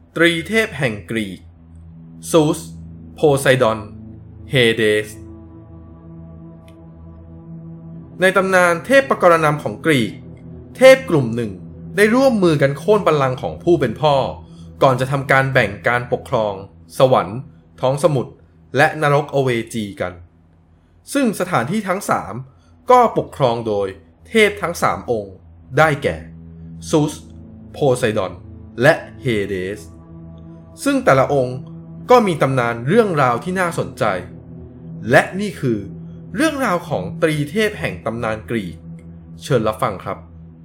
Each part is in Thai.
ตรีเทพแห่งกรีกซูสโพไซดอนเฮเดสในตำนานเทพปกรณำของกรีกเทพกลุ่มหนึ่งได้ร่วมมือกันโค่นบัลลังก์ของผู้เป็นพ่อก่อนจะทำการแบ่งการปกครองสวรรค์ท้องสมุทรและนรกอเวจีกันซึ่งสถานที่ทั้ง3ก็ปกครองโดยเทพทั้ง3องค์ได้แก่ซูสโพไซดอนและเฮเดสซึ่งแต่ละองค์ก็มีตำนานเรื่องราวที่น่าสนใจและนี่คือเรื่องราวของตรีเทพแห่งตำนานกรีกเชิญรับฟังครับ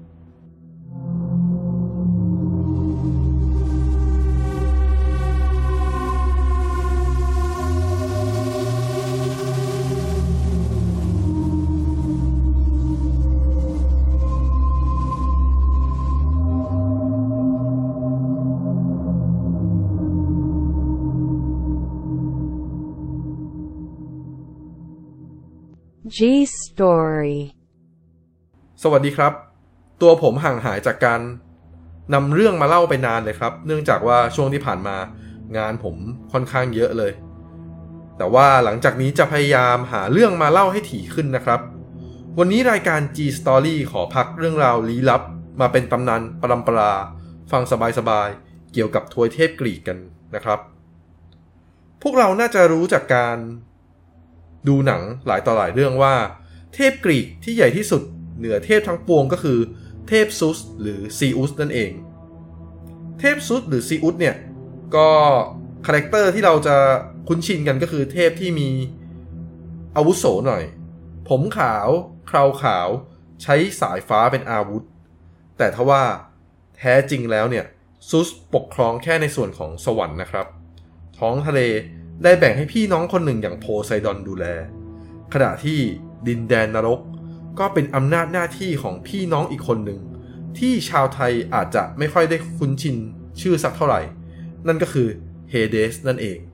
G-Story สวัสดีครับตัวผมห่างหายจากการนำเรื่องมาเล่าไปนานเลยครับเนื่องจากว่าช่วงที่ผ่านมางานผมค่อนข้างเยอะเลยแต่ว่าหลังจากนี้จะพยายามหาเรื่องมาเล่าให้ถี่ขึ้นนะครับวันนี้รายการ G-Story ขอพักเรื่องราวลี้ลับมาเป็นตำนานปรัมปราฟังสบายๆเกี่ยวกับทวยเทพกรีกกันนะครับพวกเราน่าจะรู้จากการดูหนังหลายต่อหลายเรื่องว่าเทพกรีกที่ใหญ่ที่สุดเหนือเทพทั้งปวงก็คือเทพซุสหรือซีอุสนั่นเองเทพซุสหรือซีอุสเนี่ยก็คาแรคเตอร์ที่เราจะคุ้นชินกันก็คือเทพที่มีอาวุโสหน่อยผมขาวเคราขาวใช้สายฟ้าเป็นอาวุธแต่ทว่าแท้จริงแล้วเนี่ยซุสปกครองแค่ในส่วนของสวรรค์นะครับท้องทะเลได้แบ่งให้พี่น้องคนหนึ่งอย่างโพไซดอนดูแลขณะที่ดินแดนนรกก็เป็นอำนาจหน้าที่ของพี่น้องอีกคนหนึ่งที่ชาวไทยอาจจะไม่ค่อยได้คุ้นชินชื่อสักเท่าไหร่นั่นก็คือเฮเดสนั่นเอง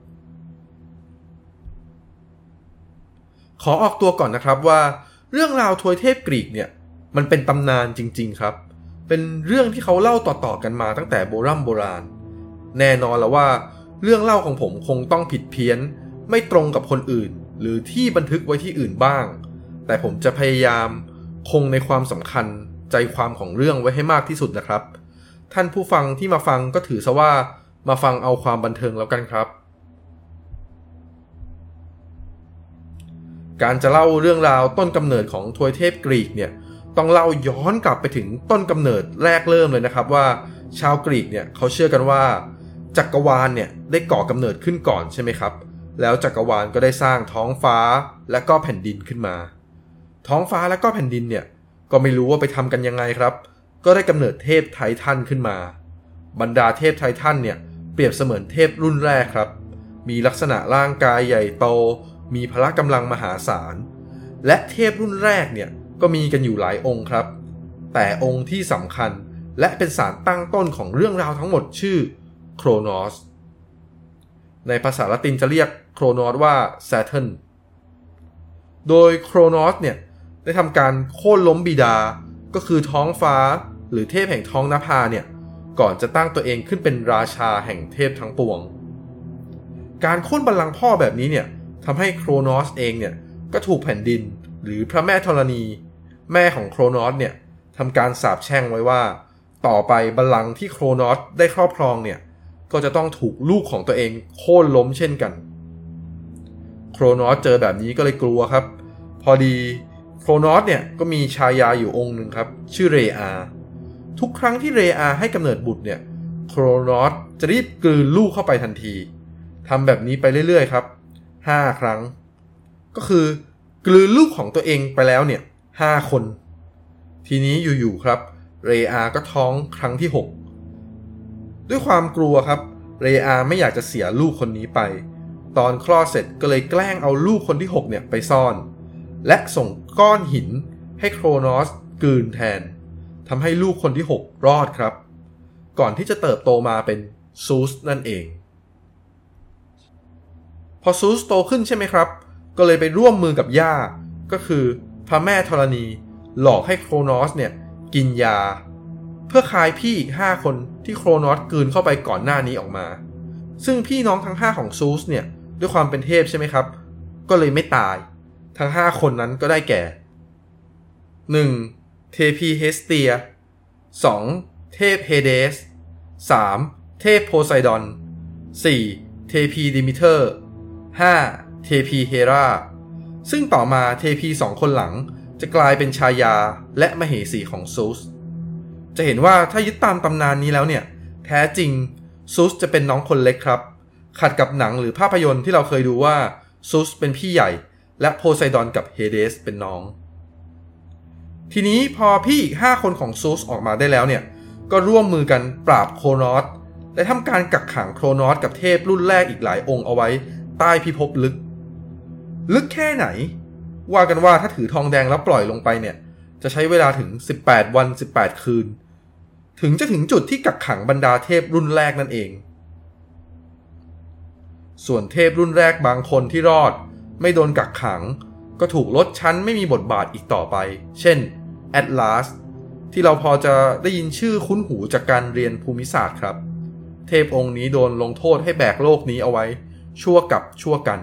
ขอออกตัวก่อนนะครับว่าเรื่องราวทวยเทพกรีกเนี่ยมันเป็นตำนานจริงๆครับเป็นเรื่องที่เขาเล่าต่อๆกันมาตั้งแต่โบราณแน่นอนแล้วว่าเรื่องเล่าของผมคงต้องผิดเพี้ยนไม่ตรงกับคนอื่นหรือที่บันทึกไว้ที่อื่นบ้างแต่ผมจะพยายามคงในความสำคัญใจความของเรื่องไว้ให้มากที่สุดนะครับท่านผู้ฟังที่มาฟังก็ถือซะว่ามาฟังเอาความบันเทิงแล้วกันครับการจะเล่าเรื่องราวต้นกำเนิดของทวยเทพกรีกเนี่ยต้องเล่าย้อนกลับไปถึงต้นกำเนิดแรกเริ่มเลยนะครับว่าชาวกรีกเนี่ยเขาเชื่อกันว่าจักรวาลเนี่ยได้ก่อกำเนิดขึ้นก่อนใช่ไหมครับแล้วจักรวาลก็ได้สร้างท้องฟ้าและก็แผ่นดินขึ้นมาท้องฟ้าและก็แผ่นดินเนี่ยก็ไม่รู้ว่าไปทำกันยังไงครับก็ได้กำเนิดเทพไททันขึ้นมาบรรดาเทพไททันเนี่ยเปรียบเสมือนเทพรุ่นแรกครับมีลักษณะร่างกายใหญ่โตมีพละกำลังมหาศาลและเทพรุ่นแรกเนี่ยก็มีกันอยู่หลายองค์ครับแต่องค์ที่สำคัญและเป็นสารตั้งต้นของเรื่องราวทั้งหมดชื่อโครนอสในภาษาละตินจะเรียกโครนอสว่า Saturn โดยโครนอสเนี่ยได้ทำการโค่นล้มบิดาก็คือท้องฟ้าหรือเทพแห่งท้องนภาเนี่ยก่อนจะตั้งตัวเองขึ้นเป็นราชาแห่งเทพทั้งปวงการโค่นบัลลังก์พ่อแบบนี้เนี่ยทำให้โครนอสเองเนี่ยก็ถูกแผ่นดินหรือพระแม่ธรณีแม่ของโครนอสเนี่ยทำการสาปแช่งไว้ว่าต่อไปบัลลังก์ที่โครนอสได้ครอบครองเนี่ยก็จะต้องถูกลูกของตัวเองโค่นล้มเช่นกันโครนอสเจอแบบนี้ก็เลยกลัวครับพอดีโครนอสเนี่ยก็มีชายาอยู่องค์หนึ่งครับชื่อเรอาทุกครั้งที่เรอาให้กำเนิดบุตรเนี่ยโครนอสจะรีบกลืนลูกเข้าไปทันทีทำแบบนี้ไปเรื่อยๆครับ5 ครั้งก็คือกลืนลูกของตัวเองไปแล้วเนี่ย5 คนทีนี้อยู่ๆครับเรอาก็ท้องครั้งที่6ด้วยความกลัวครับเรอาไม่อยากจะเสียลูกคนนี้ไปตอนคลอดเสร็จก็เลยแกล้งเอาลูกคนที่6เนี่ยไปซ่อนและส่งก้อนหินให้โครนอสกลืนแทนทำให้ลูกคนที่6รอดครับก่อนที่จะเติบโตมาเป็นซูสนั่นเองพอซูสโตขึ้นใช่ไหมครับก็เลยไปร่วมมือกับย่าก็คือพระแม่ธรณีหลอกให้โครนอสเนี่ยกินยาเพื่อคายพี่อีก5คนที่โครนอสกลืนเข้าไปก่อนหน้านี้ออกมาซึ่งพี่น้องทั้ง5ของซูสเนี่ยด้วยความเป็นเทพใช่ไหมครับก็เลยไม่ตายทั้ง5คนนั้นก็ได้แก่ 1. เทพีเฮสเตีย 2. เทพเฮเดส 3. เทพโพไซดอน 4. เทพีดิมิเทอร์ 5. เทพีเฮราซึ่งต่อมาเทพี2คนหลังจะกลายเป็นชายาและมเหสีของซูสจะเห็นว่าถ้ายึดตามตำนานนี้แล้วเนี่ยแท้จริงซูสจะเป็นน้องคนเล็กครับขัดกับหนังหรือภาพยนตร์ที่เราเคยดูว่าซูสเป็นพี่ใหญ่และโพไซดอนกับเฮเดสเป็นน้องทีนี้พอพี่อีก5คนของซูสออกมาได้แล้วเนี่ยก็ร่วมมือกันปราบโครนอสและทำการกักขังโครนอสกับเทพรุ่นแรกอีกหลายองค์เอาไว้ใต้พิภพลึกแค่ไหนว่ากันว่าถ้าถือทองแดงแล้วปล่อยลงไปเนี่ยจะใช้เวลาถึง18วัน18คืนถึงจะถึงจุดที่กักขังบรรดาเทพรุ่นแรกนั่นเองส่วนเทพรุ่นแรกบางคนที่รอดไม่โดนกักขังก็ถูกลดชั้นไม่มีบทบาทอีกต่อไปเช่นแอตลาสที่เราพอจะได้ยินชื่อคุ้นหูจากการเรียนภูมิศาสตร์ครับเทพองค์นี้โดนลงโทษให้แบกโลกนี้เอาไว้ชั่วกับชั่วกัน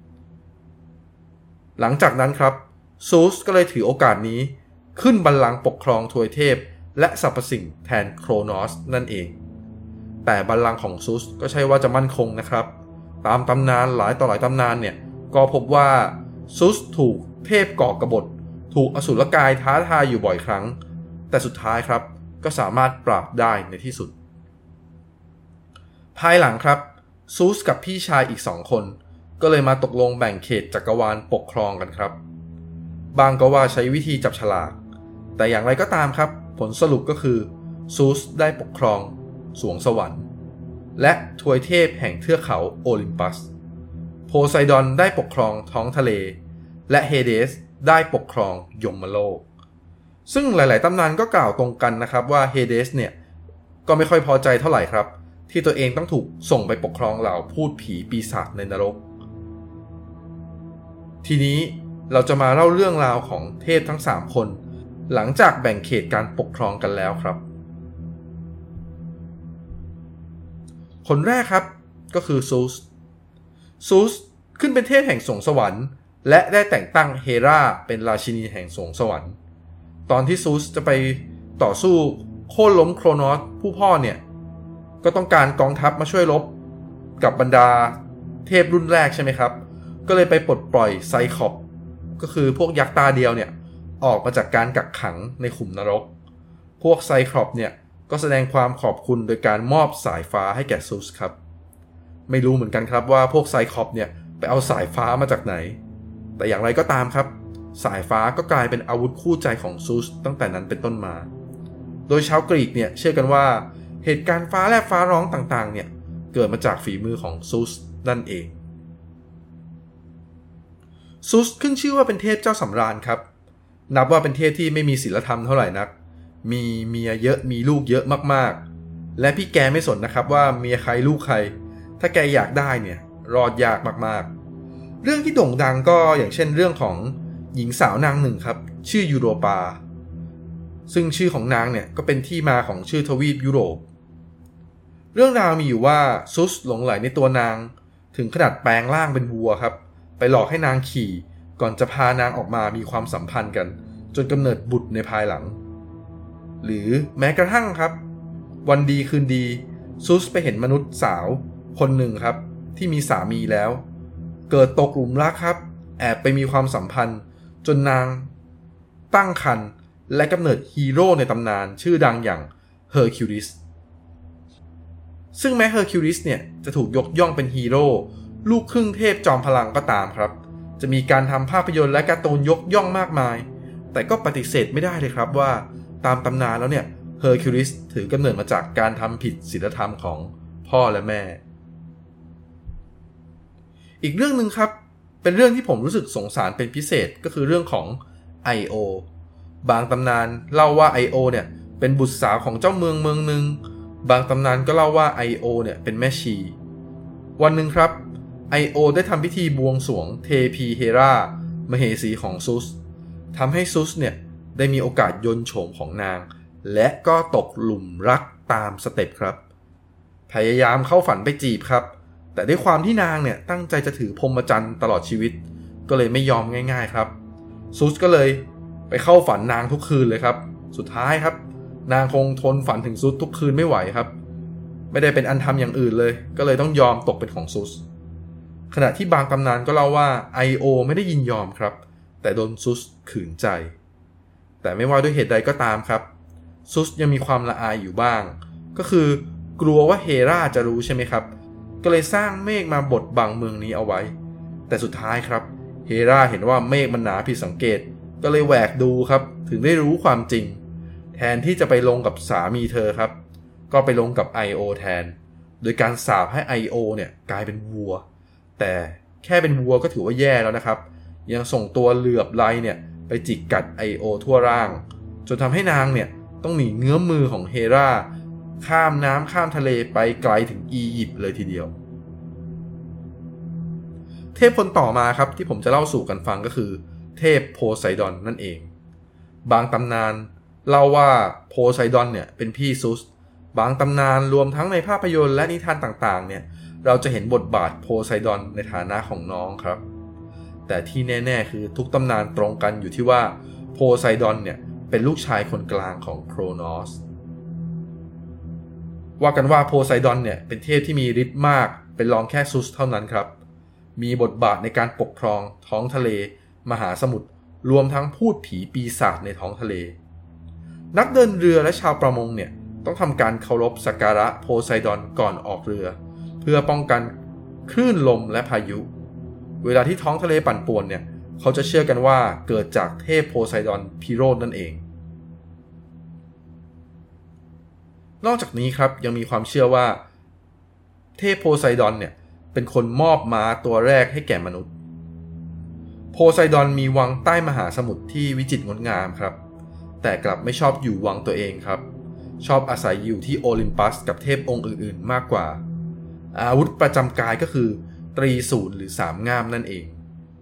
หลังจากนั้นครับซูสก็เลยถือโอกาสนี้ขึ้นบัลลังก์ปกครองทวยเทพและสรรพสิ่งแทนโครนอสนั่นเองแต่บัลลังก์ของซูสก็ใช่ว่าจะมั่นคงนะครับตามตำนานหลายต่อหลายตำนานเนี่ยก็พบว่าซูสถูกเทพก่อกบฏถูกอสุรกายท้าทายอยู่บ่อยครั้งแต่สุดท้ายครับก็สามารถปราบได้ในที่สุดภายหลังครับซูสกับพี่ชายอีก2คนก็เลยมาตกลงแบ่งเขตจักรวาลปกครองกันครับบางก็ว่าใช้วิธีจับฉลากแต่อย่างไรก็ตามครับผลสรุปก็คือซูสได้ปกครองสวงสวรรค์และทวยเทพแห่งเทือกเขาโอลิมปัสโพไซดอนได้ปกครองท้องทะเลและเฮเดสได้ปกครองยมโลกซึ่งหลายๆตำนานก็กล่าวตรงกันนะครับว่าเฮเดสเนี่ยก็ไม่ค่อยพอใจเท่าไหร่ครับที่ตัวเองต้องถูกส่งไปปกครองเหล่าพูดผีปีศาจในนรกทีนี้เราจะมาเล่าเรื่องราวของเทพทั้ง3คนหลังจากแบ่งเขตการปกครองกันแล้วครับคนแรกครับก็คือซูสขึ้นเป็นเทพแห่งสวงสวรรค์และได้แต่งตั้งเฮราเป็นราชินีแห่งสวงสวรรค์ตอนที่ซูสจะไปต่อสู้โค่นล้มโครนอสผู้พ่อเนี่ยก็ต้องการกองทัพมาช่วยรบกับบรรดาเทพรุ่นแรกใช่ไหมครับก็เลยไปปลดปล่อยไซคลอปก็คือพวกยักษ์ตาเดียวเนี่ยออกมาจากการกักขังในขุมนรกพวกไซคลอปเนี่ยก็แสดงความขอบคุณโดยการมอบสายฟ้าให้แก่ซูสครับไม่รู้เหมือนกันครับว่าพวกไซคลอปเนี่ยไปเอาสายฟ้ามาจากไหนแต่อย่างไรก็ตามครับสายฟ้าก็กลายเป็นอาวุธคู่ใจของซูสตั้งแต่นั้นเป็นต้นมาโดยชาวกรีกเนี่ยเชื่อกันว่าเหตุการณ์ฟ้าแลบฟ้าร้องต่างๆเนี่ยเกิดมาจากฝีมือของซูสนั่นเองซูสขึ้นชื่อว่าเป็นเทพเจ้าสำราญครับนับว่าเป็นเทพที่ไม่มีศีลธรรมเท่าไหร่นักมีเมียเยอะมีลูกเยอะมากๆและพี่แกไม่สนนะครับว่าเมียใครลูกใครถ้าแกอยากได้เนี่ยรอดยากมากๆเรื่องที่โด่งดังก็อย่างเช่นเรื่องของหญิงสาวนางหนึ่งครับชื่อยูโรปาซึ่งชื่อของนางเนี่ยก็เป็นที่มาของชื่อทวีปยุโรปเรื่องราวมีอยู่ว่าซุสหลงใหลในตัวนางถึงขนาดแปลงร่างเป็นวัวครับไปหลอกให้นางขี่ก่อนจะพานางออกมามีความสัมพันธ์กันจนกำเนิดบุตรในภายหลังหรือแม้กระทั่งครับวันดีคืนดีซุสไปเห็นมนุษย์สาวคนหนึ่งครับที่มีสามีแล้วเกิดตกหลุมรักครับแอบไปมีความสัมพันธ์จนนางตั้งครรภ์และกำเนิดฮีโร่ในตำนานชื่อดังอย่างเฮอร์คิวลิสซึ่งแม้เฮอร์คิวลิสเนี่ยจะถูกยกย่องเป็นฮีโร่ลูกครึ่งเทพจอมพลังก็ตามครับจะมีการทำภาพยนตร์และการ์ตูนยกย่องมากมายแต่ก็ปฏิเสธไม่ได้เลยครับว่าตามตำนานแล้วเนี่ยเฮอร์คิวลิสถือกำเนิดมาจากการทำผิดศีลธรรมของพ่อและแม่อีกเรื่องนึงครับเป็นเรื่องที่ผมรู้สึกสงสารเป็นพิเศษก็คือเรื่องของไอโอบางตำนานเล่าว่าไอโอเนี่ยเป็นบุตรสาวของเจ้าเมืองหนึ่งบางตำนานก็เล่าว่าไอโอเนี่ยเป็นแม่ชีวันหนึ่งครับไอโอได้ทำพิธีบวงสรวงเทพีเฮรามเหสีของซุสทำให้ซุสเนี่ยได้มีโอกาสยนต์โฉมของนางและก็ตกหลุมรักตามสเต็ปครับพยายามเข้าฝันไปจีบครับแต่ด้วยความที่นางเนี่ยตั้งใจจะถือพรหมจรรย์ตลอดชีวิตก็เลยไม่ยอมง่ายๆครับซุสก็เลยไปเข้าฝันนางทุกคืนเลยครับสุดท้ายครับนางคงทนฝันถึงซุสทุกคืนไม่ไหวครับไม่ได้เป็นอันทำอย่างอื่นเลยก็เลยต้องยอมตกเป็นของซุสขณะที่บางตำนานก็เล่าว่า I.O. ไม่ได้ยินยอมครับแต่โดนซุสขืนใจแต่ไม่ว่าด้วยเหตุใดก็ตามครับซุสยังมีความละอายอยู่บ้างก็คือกลัวว่าเฮราจะรู้ใช่ไหมครับก็เลยสร้างเมฆมาบดบังเมืองนี้เอาไว้แต่สุดท้ายครับเฮราเห็นว่าเมฆมันหนาผิดสังเกตก็เลยแหวกดูครับถึงได้รู้ความจริงแทนที่จะไปลงกับสามีเธอครับก็ไปลงกับ I.O. แทนโดยการสาปให้ I.O. เนี่ยกลายเป็นวัวแต่แค่เป็นวัวก็ถือว่าแย่แล้วนะครับยังส่งตัวเหลือบไล่เนี่ยไปจิกกัด I.O. ทั่วร่างจนทำให้นางเนี่ยต้องหนีเงื้อมมือของเฮราข้ามน้ำข้ามทะเลไปไกลถึงอียิปต์เลยทีเดียวเทพคนต่อมาครับที่ผมจะเล่าสู่กันฟังก็คือเทพโพไซดอนนั่นเองบางตำนานเล่าว่าโพไซดอนเนี่ยเป็นพี่ซุสบางตำนานรวมทั้งในภาพยนตร์และนิทานต่างๆเนี่ยเราจะเห็นบทบาทโพไซดอนในฐานะของน้องครับแต่ที่แน่ๆคือทุกตำนานตรงกันอยู่ที่ว่าโพไซดอนเนี่ยเป็นลูกชายคนกลางของโครนอสว่ากันว่าโพไซดอนเนี่ยเป็นเทพที่มีฤทธิ์มากเป็นรองแค่ซุสเท่านั้นครับมีบทบาทในการปกครองท้องทะเลมหาสมุทรรวมทั้งพูดผีปีศาจในท้องทะเลนักเดินเรือและชาวประมงเนี่ยต้องทำการเคารพสักการะโพไซดอนก่อนออกเรือเพื่อป้องกันคลื่นลมและพายุเวลาที่ท้องทะเลปั่นป่วนเนี่ยเขาจะเชื่อกันว่าเกิดจากเทพโพไซดอนพิโรธนั่นเองนอกจากนี้ครับยังมีความเชื่อว่าเทพโพไซดอนเนี่ยเป็นคนมอบม้าตัวแรกให้แก่มนุษย์โพไซดอนมีวังใต้มหาสมุทรที่วิจิตรงดงามครับแต่กลับไม่ชอบอยู่วังตัวเองครับชอบอาศัยอยู่ที่โอลิมปัสกับเทพองค์อื่นๆมากกว่าอาวุธประจำกายก็คือตรีศูนย์หรือสามง่ามนั่นเอง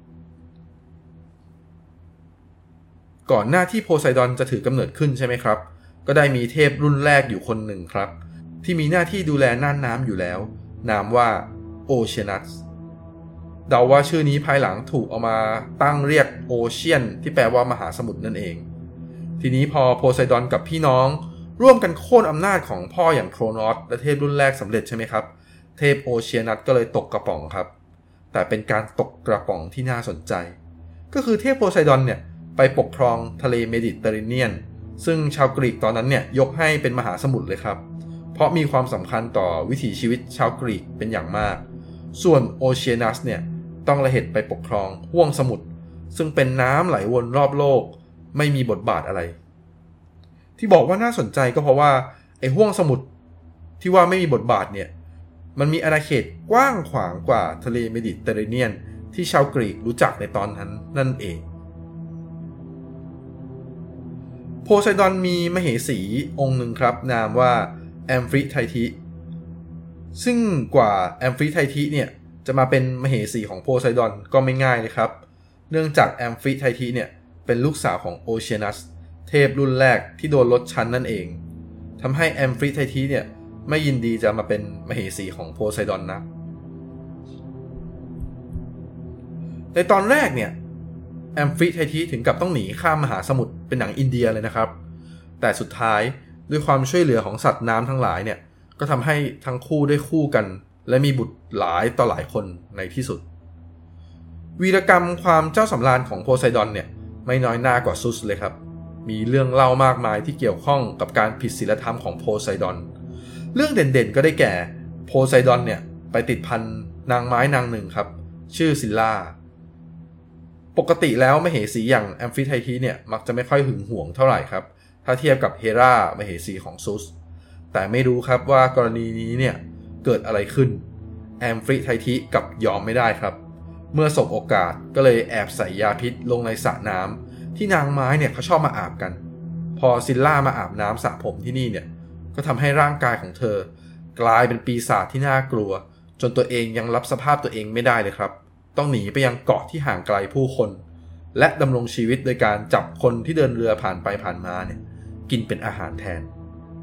ก่อนหน้าที่โพไซดอนจะถือกำเนิดขึ้นใช่ไหมครับก็ได้มีเทพรุ่นแรกอยู่คนหนึ่งครับที่มีหน้าที่ดูแลน่านน้ำอยู่แล้วนามว่าโอเชียนัสเดาว่าชื่อนี้ภายหลังถูกเอามาตั้งเรียกโอเชียนที่แปลว่ามหาสมุทรนั่นเองทีนี้พอโพไซดอนกับพี่น้องร่วมกันโค่นอำนาจของพ่ออย่างโครนอสและเทพรุ่นแรกสำเร็จใช่ไหมครับเทพโอเชียนัสก็เลยตกกระป๋องครับแต่เป็นการตกกระป๋องที่น่าสนใจก็คือเทพโพไซดอนเนี่ยไปปกครองทะเลเมดิเตอร์เรเนียนซึ่งชาวกรีกตอนนั้นเนี่ยยกให้เป็นมหาสมุทรเลยครับเพราะมีความสำคัญต่อวิถีชีวิตชาวกรีกเป็นอย่างมากส่วนโอเชียนัสเนี่ยต้องละเหตุไปปกครองห้วงสมุทรซึ่งเป็นน้ำไหลวนรอบโลกไม่มีบทบาทอะไรที่บอกว่าน่าสนใจก็เพราะว่าไอ้ห้วงสมุทรที่ว่าไม่มีบทบาทเนี่ยมันมีอาณาเขตกว้างขวางกว่าทะเลเมดิเตอร์เรเนียนที่ชาวกรีกรู้จักในตอนนั้นนั่นเองโพไซดอนมีมเหสีองค์หนึ่งครับนามว่าแอมฟิไททิซึ่งกว่าแอมฟิไททิเนี่ยจะมาเป็นมเหสีของโพไซดอนก็ไม่ง่ายเลยครับเนื่องจากแอมฟิไททิเนี่ยเป็นลูกสาวของโอเชียนัสเทพรุ่นแรกที่โดนลดชั้นนั่นเองทำให้แอมฟิไททิเนี่ยไม่ยินดีจะมาเป็นมเหสีของโพไซดอนนะในตอนแรกเนี่ยแอมฟิไททิถึงกับต้องหนีข้ามมหาสมุทรเป็นหนังอินเดียเลยนะครับแต่สุดท้ายด้วยความช่วยเหลือของสัตว์น้ำทั้งหลายเนี่ยก็ทำให้ทั้งคู่ได้คู่กันและมีบุตรหลายต่อหลายคนในที่สุดวีรกรรมความเจ้าสำราญของโพไซดอนเนี่ยไม่น้อยหน้ากว่าซุสเลยครับมีเรื่องเล่ามากมายที่เกี่ยวข้องกับการผิดศีลธรรมของโพไซดอนเรื่องเด่นๆก็ได้แก่โพไซดอนเนี่ยไปติดพันนางไม้นางหนึ่งครับชื่อซิลล่าปกติแล้วมเหสีอย่างแอมฟิไททิเนี่ยมักจะไม่ค่อยหึงหวงเท่าไหร่ครับถ้าเทียบกับเฮรามเหสีของซุสแต่ไม่รู้ครับว่ากรณีนี้เนี่ยเกิดอะไรขึ้นแอมฟิไททิกลับยอมไม่ได้ครับเมื่อสบโอกาสก็เลยแอบใส่ยาพิษลงในสระน้ำที่นางไม้เนี่ยเขาชอบมาอาบกันพอซิลล่ามาอาบน้ำสระผมที่นี่เนี่ยก็ทำให้ร่างกายของเธอกลายเป็นปีศาจที่น่ากลัวจนตัวเองยังรับสภาพตัวเองไม่ได้เลยครับต้องหนีไปยังเกาะที่ห่างไกลผู้คนและดำรงชีวิตโดยการจับคนที่เดินเรือผ่านไปผ่านมาเนี่ยกินเป็นอาหารแทน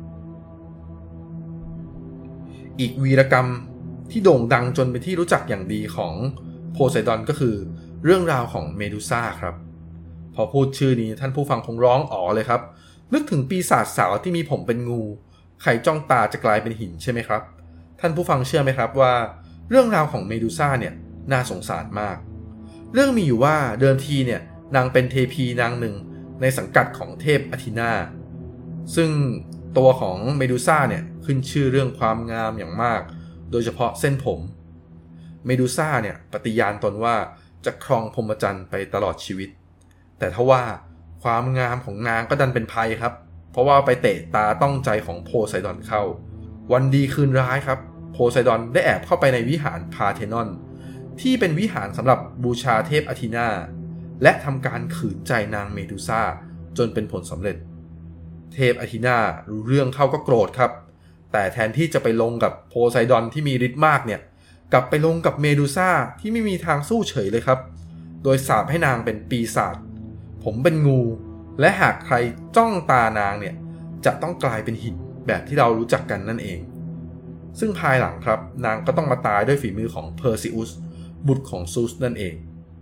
อีกวีรกรรมที่โด่งดังจนเป็นที่รู้จักอย่างดีของโพไซดอนก็คือเรื่องราวของเมดูซ่าครับพอพูดชื่อนี้ท่านผู้ฟังคงร้องอ๋อเลยครับนึกถึงปีศาจสาวที่มีผมเป็นงูใครจ้องตาจะกลายเป็นหินใช่ไหมครับท่านผู้ฟังเชื่อไหมครับว่าเรื่องราวของเมดูซ่าเนี่ยน่าสงสารมากเรื่องมีอยู่ว่าเดิมทีเนี่ยนางเป็นเทพีนางหนึ่งในสังกัดของเทพอธีนาซึ่งตัวของเมดูซ่าเนี่ยขึ้นชื่อเรื่องความงามอย่างมากโดยเฉพาะเส้นผมเมดูซ่าเนี่ยปฏิญาณตนว่าจะครองพรหมจรรย์ไปตลอดชีวิตแต่ทว่าความงามของนางก็ดันเป็นภัยครับเพราะว่าไปเตะตาต้องใจของโพไซดอนเข้าวันดีคืนร้ายครับโพไซดอนได้แอบเข้าไปในวิหารพาเทนอนที่เป็นวิหารสำหรับบูชาเทพอธีนาและทำการขืนใจนางเมดูซ่าจนเป็นผลสำเร็จเทพอธีนารู้เรื่องเข้าก็โกรธครับแต่แทนที่จะไปลงกับโพไซดอนที่มีฤทธิ์มากเนี่ยกลับไปลงกับเมดูซ่าที่ไม่มีทางสู้เฉยเลยครับโดยสาปให้นางเป็นปีศาจผมเป็นงูและหากใครจ้องตานางเนี่ยจะต้องกลายเป็นหินแบบที่เรารู้จักกันนั่นเองซึ่งภายหลังครับนางก็ต้องมาตายด้วยฝีมือของเพอร์ซิอุสบุตรของซูสนั่นเอง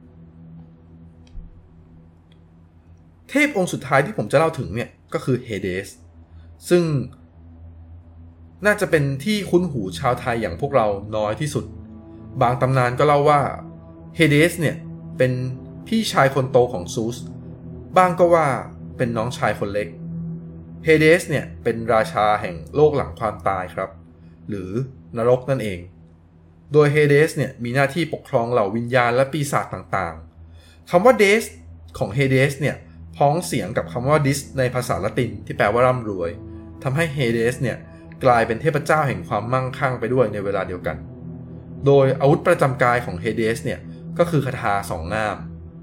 เทพองค์สุดท้ายที่ผมจะเล่าถึงเนี่ยก็คือเฮเดสซึ่งน่าจะเป็นที่คุ้นหูชาวไทยอย่างพวกเราน้อยที่สุดบางตำนานก็เล่าว่าเฮเดสเนี่ยเป็นพี่ชายคนโตของซูสบางก็ว่าเป็นน้องชายคนเล็กเฮเดสเนี่ยเป็นราชาแห่งโลกหลังความตายครับหรือนรกนั่นเองโดยเฮเดสเนี่ยมีหน้าที่ปกครองเหล่าวิญญาณและปีศาจต่างๆคำว่าเดสของเฮเดสเนี่ยพ้องเสียงกับคำว่าดิสในภาษาละตินที่แปลว่าร่ำรวยทำให้เฮเดสเนี่ยกลายเป็นเทพเจ้าแห่งความมั่งคั่งไปด้วยในเวลาเดียวกันโดยอาวุธประจำกายของเฮเดสเนี่ยก็คือคาถาสองง่าม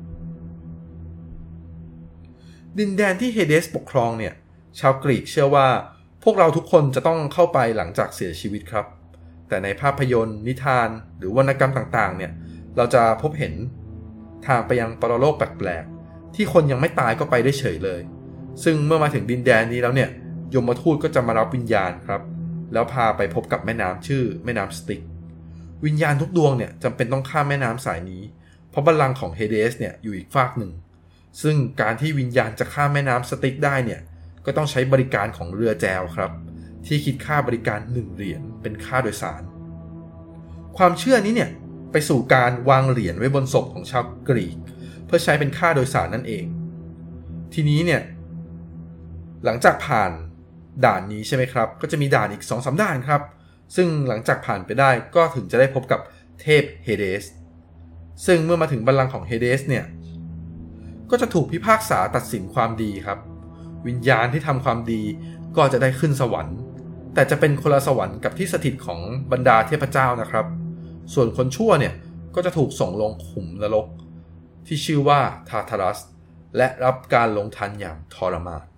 ดินแดนที่เฮเดสปกครองเนี่ยชาวกรีกเชื่อว่าพวกเราทุกคนจะต้องเข้าไปหลังจากเสียชีวิตครับแต่ในภาพยนตร์นิทานหรือวรรณกรรมต่างๆเนี่ยเราจะพบเห็นทางไปยังปรโลกแปลกๆที่คนยังไม่ตายก็ไปได้เฉยเลยซึ่งเมื่อมาถึงดินแดนนี้แล้วเนี่ยยมทูตก็จะมารับวิญญาณครับแล้วพาไปพบกับแม่น้ำชื่อแม่น้ำสติกวิญญาณทุกดวงเนี่ยจำเป็นต้องข้ามแม่น้ำสายนี้เพราะบัลลังก์ของเฮเดสเนี่ยอยู่อีกฝากหนึ่งซึ่งการที่วิญญาณจะข้ามแม่น้ำสติกได้เนี่ยก็ต้องใช้บริการของเรือแจวครับที่คิดค่าบริการ1 เหรียญเป็นค่าโดยสารความเชื่อนี้เนี่ยไปสู่การวางเหรียญไว้บนศพของชาวกรีกเพื่อใช้เป็นค่าโดยสารนั่นเองทีนี้เนี่ยหลังจากผ่านด่านนี้ใช่ไหมครับก็จะมีด่านอีก 2-3 ด่านครับซึ่งหลังจากผ่านไปได้ก็ถึงจะได้พบกับเทพเฮเดสซึ่งเมื่อมาถึงบัลลังก์ของเฮเดสเนี่ยก็จะถูกพิพากษาตัดสินความดีครับวิญญาณที่ทำความดีก็จะได้ขึ้นสวรรค์แต่จะเป็นคนละสวรรค์กับที่สถิตของบรรดาเทพเจ้านะครับส่วนคนชั่วเนี่ยก็จะถูกส่งลงขุมนรกที่ชื่อว่าทาร์ทารัสและรับการลงทันอย่างทรมาน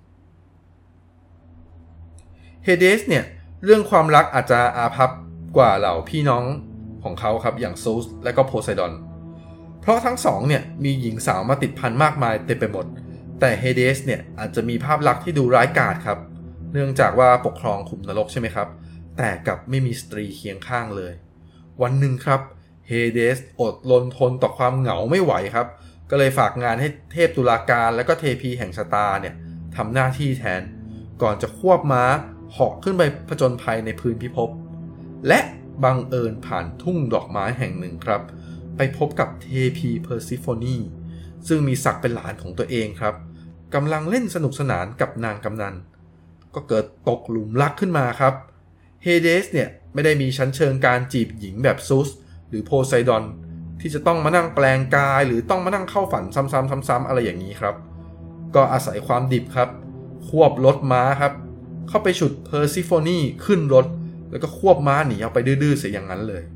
เฮเดสเนี่ยเรื่องความรักอาจจะอาภัพกว่าเหล่าพี่น้องของเขาครับอย่างซูสและก็โพไซดอนเพราะทั้งสองเนี่ยมีหญิงสาวมาติดพันมากมายเต็มไปหมดแต่เฮเดสเนี่ยอาจจะมีภาพลักษณ์ที่ดูร้ายกาจครับเนื่องจากว่าปกครองขุมนรกใช่ไหมครับแต่กลับไม่มีสตรีเคียงข้างเลยวันหนึ่งครับเฮเดสอดรนทนต่อความเหงาไม่ไหวครับก็เลยฝากงานให้เทพตุลาการและก็เทพีแห่งชะตาเนี่ยทำหน้าที่แทนก่อนจะควบม้าเหาะขึ้นไปผจญภัยในพื้นพิภพและบังเอิญผ่านทุ่งดอกไม้แห่งหนึ่งครับไปพบกับเทพีเพอร์ซิโฟนีซึ่งมีศักดิ์เป็นหลานของตัวเองครับกำลังเล่นสนุกสนานกับนางกำนันก็เกิดตกหลุมรักขึ้นมาครับเฮเดสเนี่ยไม่ได้มีชั้นเชิงการจีบหญิงแบบซูสหรือโพไซดอนที่จะต้องมานั่งแปลงกายหรือต้องมานั่งเข้าฝันซ้ำๆอะไรอย่างนี้ครับก็อาศัยความดิบครับควบรถม้าครับเข้าไปฉุดเพอร์ซิโฟนีขึ้นรถแล้วก็ควบม้าหนีเอาไปดื้อๆเสียอย่างนั้นเลย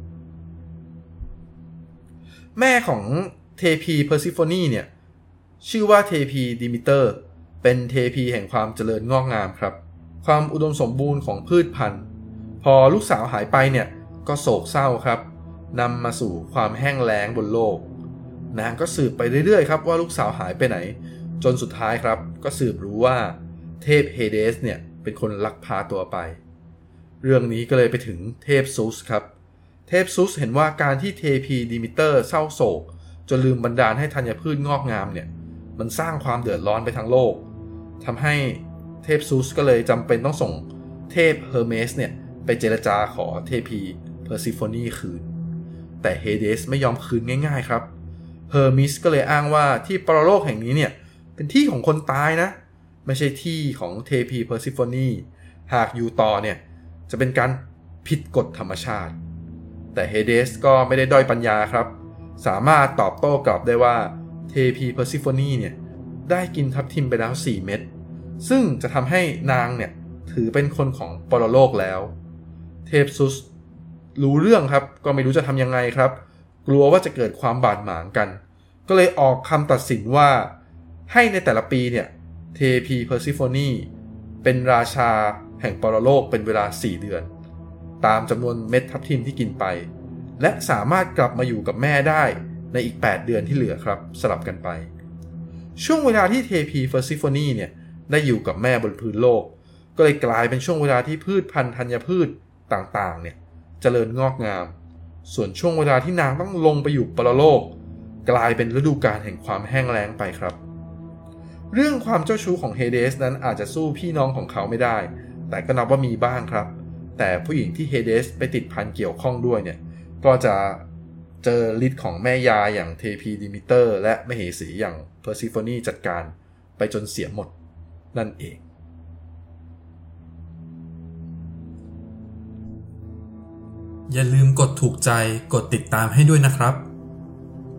แม่ของเทพีเพอร์ซิโฟนีเนี่ยชื่อว่าเทพีดิมิเตอร์เป็นเทพีแห่งความเจริญงอกงามครับความอุดมสมบูรณ์ของพืชพันธุ์พอลูกสาวหายไปเนี่ยก็โศกเศร้าครับนำมาสู่ความแห้งแล้งบนโลกนางก็สืบไปเรื่อยๆครับว่าลูกสาวหายไปไหนจนสุดท้ายครับก็สืบรู้ว่าเทพเฮเดสเนี่ยเป็นคนลักพาตัวไปเรื่องนี้ก็เลยไปถึงเทพซุสครับเทพซุสเห็นว่าการที่เทพีดิมิเตอร์เศร้าโศกจนลืมบันดาลให้ธัญพืชงอกงามเนี่ยมันสร้างความเดือดร้อนไปทั้งโลกทำให้เทพซุสก็เลยจำเป็นต้องส่งเทพเฮอร์เมสเนี่ยไปเจรจาขอเทพีเพอร์ซิโฟนีคืนแต่เฮเดสไม่ยอมคืนง่ายๆครับเฮอร์มิสก็เลยอ้างว่าที่ปรโลกแห่งนี้เนี่ยเป็นที่ของคนตายนะไม่ใช่ที่ของเทพีเพอร์ซิโฟนีหากอยู่ต่อเนี่ยจะเป็นการผิดกฎธรรมชาติแต่เฮเดสก็ไม่ได้ด้อยปัญญาครับสามารถตอบโต้กลับได้ว่าเทพีเพอร์ซิโฟนีเนี่ยได้กินทับทิมไปแล้ว4 เม็ดซึ่งจะทำให้นางเนี่ยถือเป็นคนของปรโลกแล้วเทพซุสรู้เรื่องครับก็ไม่รู้จะทำยังไงครับกลัวว่าจะเกิดความบาดหมางกันก็เลยออกคำตัดสินว่าให้ในแต่ละปีเนี่ยเทพีเพอร์ซิโฟนีเป็นราชาแห่งปรโลกเป็นเวลา4 เดือนตามจำนวนเม็ดทับทิมที่กินไปและสามารถกลับมาอยู่กับแม่ได้ในอีก8 เดือนที่เหลือครับสลับกันไปช่วงเวลาที่เทพีเพอร์ซิโฟนีเนี่ยได้อยู่กับแม่บนพื้นโลกก็เลยกลายเป็นช่วงเวลาที่พืชพันธุ์ธัญพืชต่างๆเนี่ยเจริญงอกงามส่วนช่วงเวลาที่นางต้องลงไปอยู่ปรโลกกลายเป็นฤดูกาลแห่งความแห้งแล้งไปครับเรื่องความเจ้าชู้ของเฮเดสนั้นอาจจะสู้พี่น้องของเขาไม่ได้แต่ก็นับว่ามีบ้างครับแต่ผู้หญิงที่เฮเดสไปติดพันเกี่ยวข้องด้วยเนี่ยก็จะเจอฤทธิ์ของแม่ยาอย่างเทพีดิมิเตอร์และมเหสีอย่างเพอร์ซิโฟนีจัดการไปจนเสียหมดนั่นเองอย่าลืมกดถูกใจกดติดตามให้ด้วยนะครับ